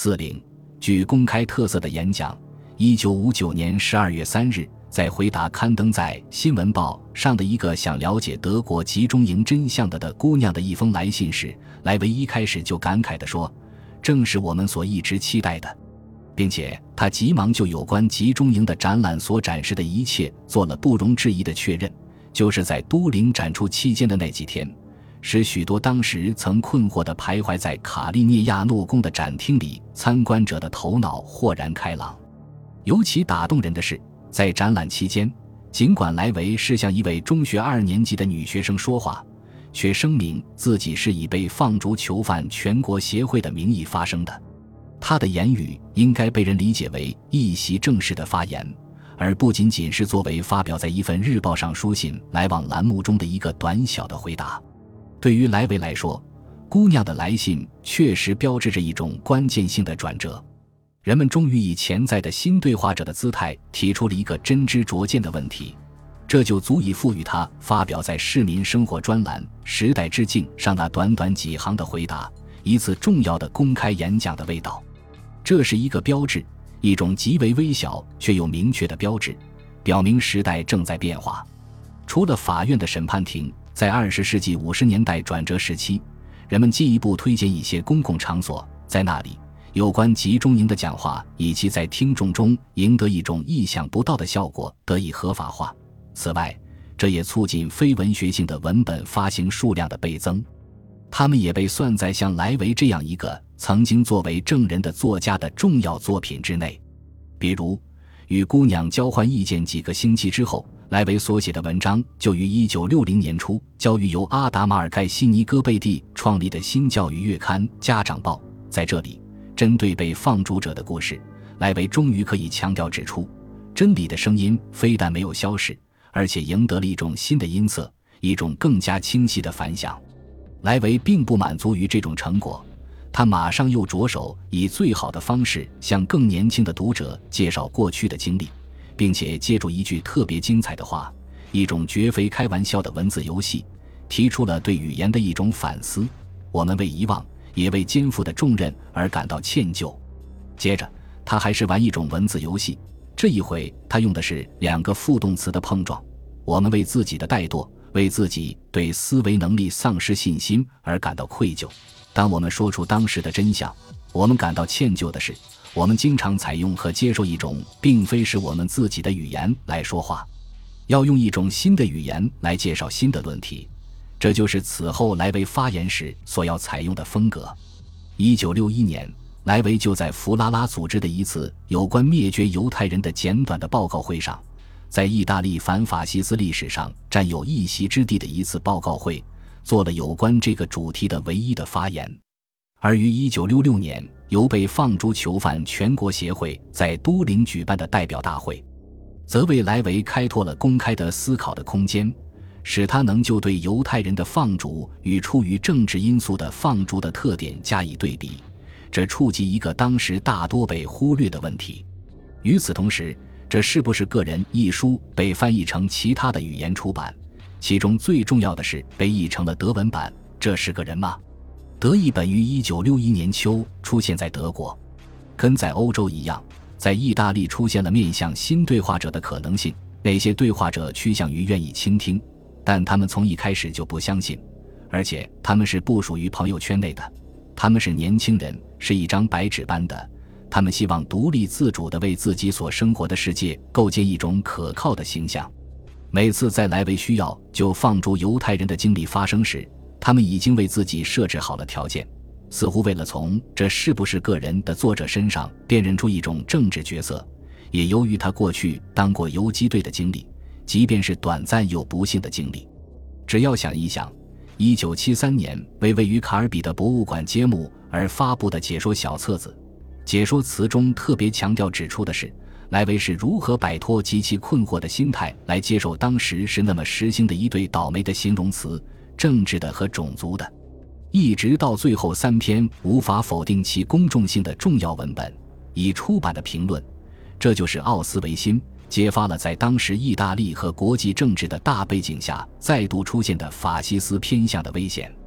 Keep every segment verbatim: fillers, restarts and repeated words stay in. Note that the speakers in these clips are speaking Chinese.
四零具公开特色的演讲，一九五九年十二月三日，在回答刊登在《新闻报》上的一个想了解德国集中营真相的的姑娘的一封来信时，莱维一开始就感慨地说，正是我们所一直期待的，并且他急忙就有关集中营的展览所展示的一切做了不容置疑的确认，就是在都灵展出期间的那几天，使许多当时曾困惑地徘徊在卡利涅亚诺宫的展厅里参观者的头脑豁然开朗。尤其打动人的是，在展览期间，尽管莱维是向一位中学二年级的女学生说话，却声明自己是以被放逐囚犯全国协会的名义发声的。他的言语应该被人理解为一席正式的发言，而不仅仅是作为发表在一份日报上书信来往栏目中的一个短小的回答。对于莱维来说，姑娘的来信确实标志着一种关键性的转折。人们终于以潜在的新对话者的姿态提出了一个真知灼见的问题，这就足以赋予他发表在《市民生活》专栏《时代之镜》上那短短几行的回答一次重要的公开演讲的味道。这是一个标志，一种极为微小却又明确的标志，表明时代正在变化。除了法院的审判庭，在二十世纪五十年代转折时期，人们进一步推荐一些公共场所，在那里有关集中营的讲话以其在听众中赢得一种意想不到的效果得以合法化。此外，这也促进非文学性的文本发行数量的倍增，他们也被算在像莱维这样一个曾经作为证人的作家的重要作品之内。比如，与姑娘交换意见几个星期之后，莱维所写的文章就于一九六零年初交于由阿达马尔盖西尼戈贝蒂创立的新教育月刊《家长报》。在这里，针对被放逐者的故事，莱维终于可以强调指出，真理的声音非但没有消逝，而且赢得了一种新的音色，一种更加清晰的反响。莱维并不满足于这种成果，他马上又着手以最好的方式向更年轻的读者介绍过去的经历，并且借助一句特别精彩的话，一种绝非开玩笑的文字游戏，提出了对语言的一种反思。我们为遗忘也为肩负的重任而感到歉疚。接着他还是玩一种文字游戏，这一回他用的是两个副动词的碰撞。我们为自己的怠惰，为自己对思维能力丧失信心而感到愧疚。当我们说出当时的真相，我们感到歉疚的是，我们经常采用和接受一种并非是我们自己的语言来说话，要用一种新的语言来介绍新的论题。这就是此后莱维发言时所要采用的风格。一九六一年，莱维就在弗拉拉组织的一次有关灭绝犹太人的简短的报告会上，在意大利反法西斯历史上占有一席之地的一次报告会，做了有关这个主题的唯一的发言。而于一九六六年由被放逐囚犯全国协会在都灵举办的代表大会，则为莱维开拓了公开的思考的空间，使他能就对犹太人的放逐与出于政治因素的放逐的特点加以对比，这触及一个当时大多被忽略的问题。与此同时，这是不是个人一书被翻译成其他的语言出版，其中最重要的是被译成了德文版，这是个人吗？德译本于一九六一年秋出现在德国，跟在欧洲一样，在意大利出现了面向新对话者的可能性。那些对话者趋向于愿意倾听，但他们从一开始就不相信，而且他们是不属于朋友圈内的，他们是年轻人，是一张白纸般的，他们希望独立自主地为自己所生活的世界构建一种可靠的形象。每次在莱维需要就放逐犹太人的经历发生时，他们已经为自己设置好了条件，似乎为了从这是不是个人的作者身上辨认出一种政治角色，也由于他过去当过游击队的经历，即便是短暂又不幸的经历。只要想一想一九七三年为位于卡尔比的博物馆揭幕而发布的解说小册子，解说词中特别强调指出的是，莱维是如何摆脱极其困惑的心态来接受当时是那么时兴的一对倒霉的形容词，政治的和种族的，一直到最后三篇无法否定其公众性的重要文本已出版的评论。这就是奥斯维辛揭发了在当时意大利和国际政治的大背景下再度出现的法西斯偏向的危险。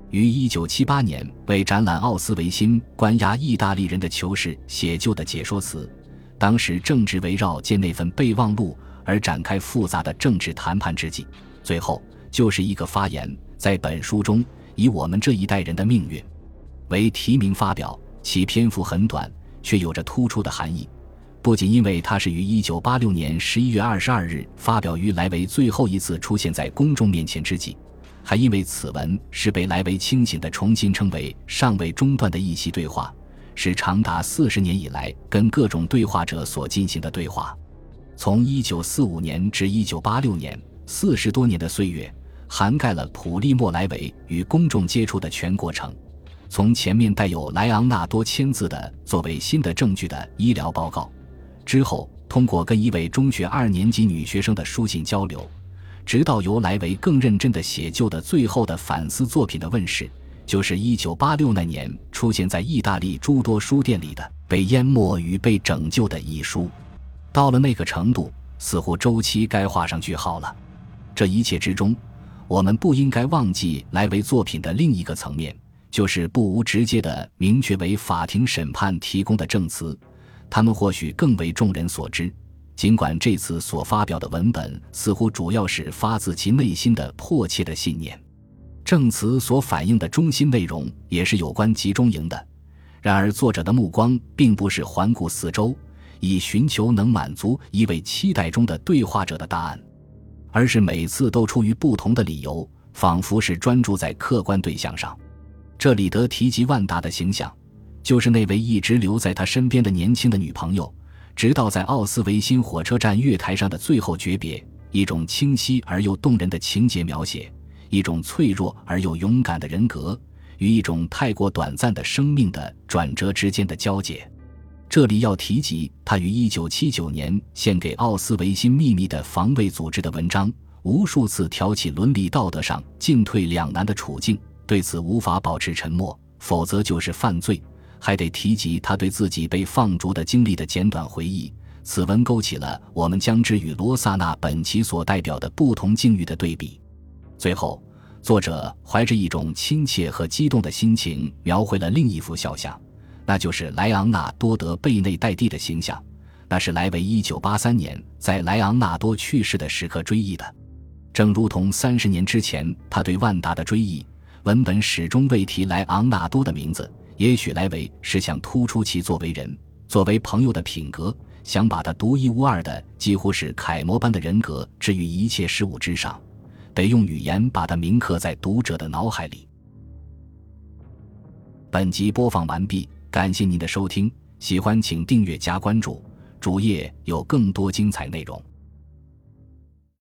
于一九七八年为展览奥斯维辛关押意大利人的囚室写就的解说词，当时正值围绕借那份备忘录而展开复杂的政治谈判之际。最后就是一个发言，在本书中以我们这一代人的命运为题名发表，其篇幅很短，却有着突出的含义。不仅因为它是于一九八六年十一月二十二日发表于莱维最后一次出现在公众面前之际，还因为此文是被莱维清醒地重新称为尚未中断的一席对话，是长达四十年以来跟各种对话者所进行的对话。从一九四五年至一九八六年，四十多年的岁月涵盖了普利莫·莱维与公众接触的全过程，从前面带有莱昂纳多签字的作为新的证据的医疗报告，之后通过跟一位中学二年级女学生的书信交流，直到由莱维更认真地写就的最后的反思作品的问世，就是一九八六那年出现在意大利诸多书店里的《被淹没与被拯救》的一书。到了那个程度，似乎周期该画上句号了。这一切之中，我们不应该忘记莱维作品的另一个层面，就是不无直接的明确为法庭审判提供的证词，他们或许更为众人所知，尽管这次所发表的文本似乎主要是发自其内心的迫切的信念。证词所反映的中心内容也是有关集中营的，然而作者的目光并不是环顾四周，以寻求能满足一位期待中的对话者的答案，而是每次都出于不同的理由，仿佛是专注在客观对象上。这里得提及万达的形象，就是那位一直留在他身边的年轻的女朋友，直到在奥斯维辛火车站月台上的最后诀别，一种清晰而又动人的情节描写，一种脆弱而又勇敢的人格，与一种太过短暂的生命的转折之间的交界。这里要提及他于一九七九年献给奥斯维辛秘密的防卫组织的文章，无数次挑起伦理道德上进退两难的处境，对此无法保持沉默，否则就是犯罪。还得提及他对自己被放逐的经历的简短回忆，此文勾起了我们将之与罗萨纳本奇所代表的不同境遇的对比。最后，作者怀着一种亲切和激动的心情描绘了另一幅肖像，那就是莱昂纳多·德·贝内代蒂的形象，那是莱维一九八三年在莱昂纳多去世的时刻追忆的。正如同三十年之前他对万达的追忆，文本始终未提莱昂纳多的名字，也许莱维是想突出其作为人、作为朋友的品格，想把他独一无二的几乎是楷模般的人格置于一切事物之上，得用语言把它铭刻在读者的脑海里。本集播放完毕，感谢您的收听，喜欢请订阅加关注，主页有更多精彩内容。